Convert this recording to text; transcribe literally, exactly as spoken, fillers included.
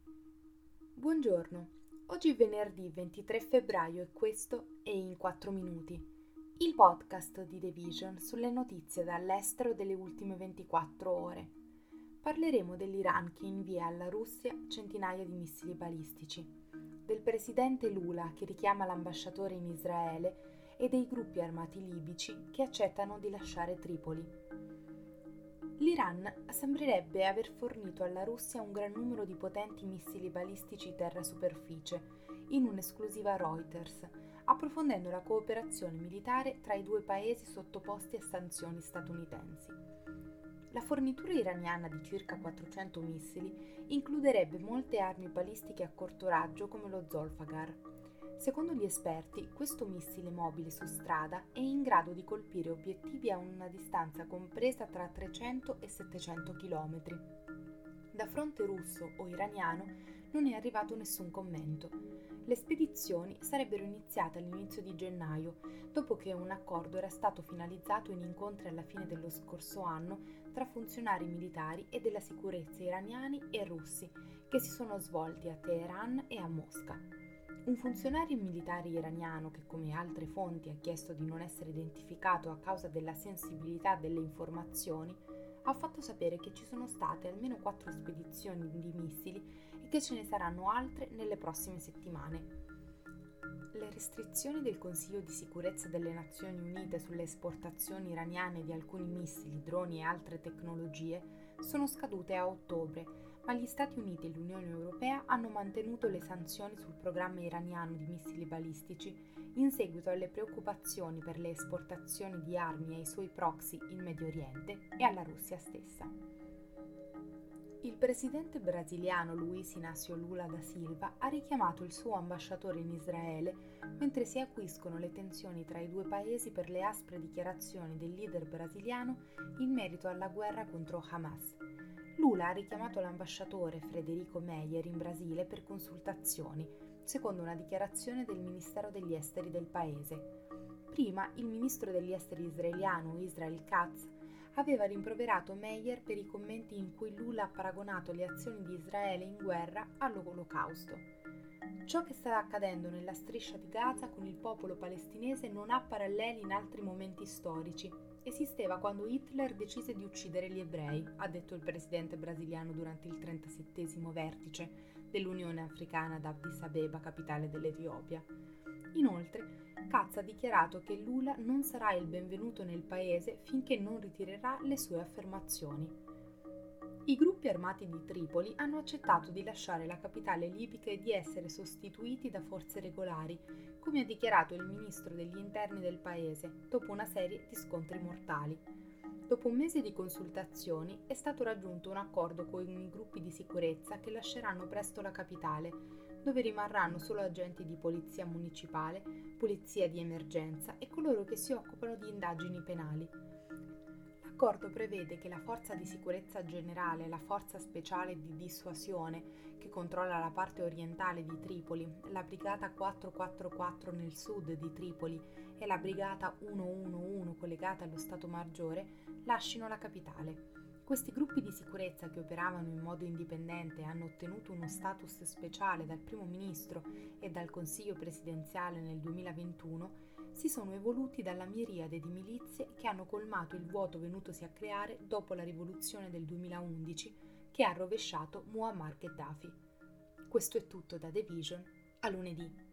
Buongiorno, oggi è venerdì ventitré febbraio e questo è In quattro minuti, il podcast di The Vision sulle notizie dall'estero delle ultime ventiquattro ore. Parleremo dell'Iran che invia alla Russia centinaia di missili balistici, del presidente Lula che richiama l'ambasciatore in Israele e dei gruppi armati libici che accettano di lasciare Tripoli. L'Iran sembrerebbe aver fornito alla Russia un gran numero di potenti missili balistici terra-superficie, in un'esclusiva Reuters, approfondendo la cooperazione militare tra i due paesi sottoposti a sanzioni statunitensi. La fornitura iraniana di circa quattrocento missili includerebbe molte armi balistiche a corto raggio come lo Zolfaghar. Secondo gli esperti, questo missile mobile su strada è in grado di colpire obiettivi a una distanza compresa tra trecento e settecento chilometri. Da fronte russo o iraniano non è arrivato nessun commento. Le spedizioni sarebbero iniziate all'inizio di gennaio, dopo che un accordo era stato finalizzato in incontri alla fine dello scorso anno tra funzionari militari e della sicurezza iraniani e russi, che si sono svolti a Teheran e a Mosca. Un funzionario militare iraniano che, come altre fonti, ha chiesto di non essere identificato a causa della sensibilità delle informazioni, ha fatto sapere che ci sono state almeno quattro spedizioni di missili e che ce ne saranno altre nelle prossime settimane. Le restrizioni del Consiglio di sicurezza delle Nazioni Unite sulle esportazioni iraniane di alcuni missili, droni e altre tecnologie sono scadute a ottobre, ma gli Stati Uniti e l'Unione Europea hanno mantenuto le sanzioni sul programma iraniano di missili balistici in seguito alle preoccupazioni per le esportazioni di armi ai suoi proxy in Medio Oriente e alla Russia stessa. Il presidente brasiliano Luiz Inácio Lula da Silva ha richiamato il suo ambasciatore in Israele mentre si acuiscono le tensioni tra i due paesi per le aspre dichiarazioni del leader brasiliano in merito alla guerra contro Hamas. Lula ha richiamato l'ambasciatore Frederico Meyer in Brasile per consultazioni, secondo una dichiarazione del Ministero degli Esteri del paese. Prima, il ministro degli esteri israeliano Israel Katz aveva rimproverato Meyer per i commenti in cui Lula ha paragonato le azioni di Israele in guerra all'Olocausto. Ciò che sta accadendo nella striscia di Gaza con il popolo palestinese non ha paralleli in altri momenti storici. Esisteva quando Hitler decise di uccidere gli ebrei, ha detto il presidente brasiliano durante il trentasettesimo vertice dell'Unione Africana ad Addis Abeba, capitale dell'Etiopia. Inoltre, Katz ha dichiarato che Lula non sarà il benvenuto nel paese finché non ritirerà le sue affermazioni. I gruppi armati di Tripoli hanno accettato di lasciare la capitale libica e di essere sostituiti da forze regolari, come ha dichiarato il ministro degli interni del paese, dopo una serie di scontri mortali. Dopo un mese di consultazioni è stato raggiunto un accordo con i gruppi di sicurezza che lasceranno presto la capitale, dove rimarranno solo agenti di polizia municipale, polizia di emergenza e coloro che si occupano di indagini penali. L'accordo prevede che la Forza di Sicurezza Generale e la Forza Speciale di Dissuasione, che controlla la parte orientale di Tripoli, la Brigata quattrocentoquarantaquattro nel sud di Tripoli e la Brigata centoundici collegata allo Stato Maggiore, lascino la capitale. Questi gruppi di sicurezza che operavano in modo indipendente e hanno ottenuto uno status speciale dal primo ministro e dal Consiglio presidenziale nel duemilaventuno si sono evoluti dalla miriade di milizie che hanno colmato il vuoto venutosi a creare dopo la rivoluzione del duemilaundici che ha rovesciato Muammar Gheddafi. Questo è tutto da The Vision, a lunedì.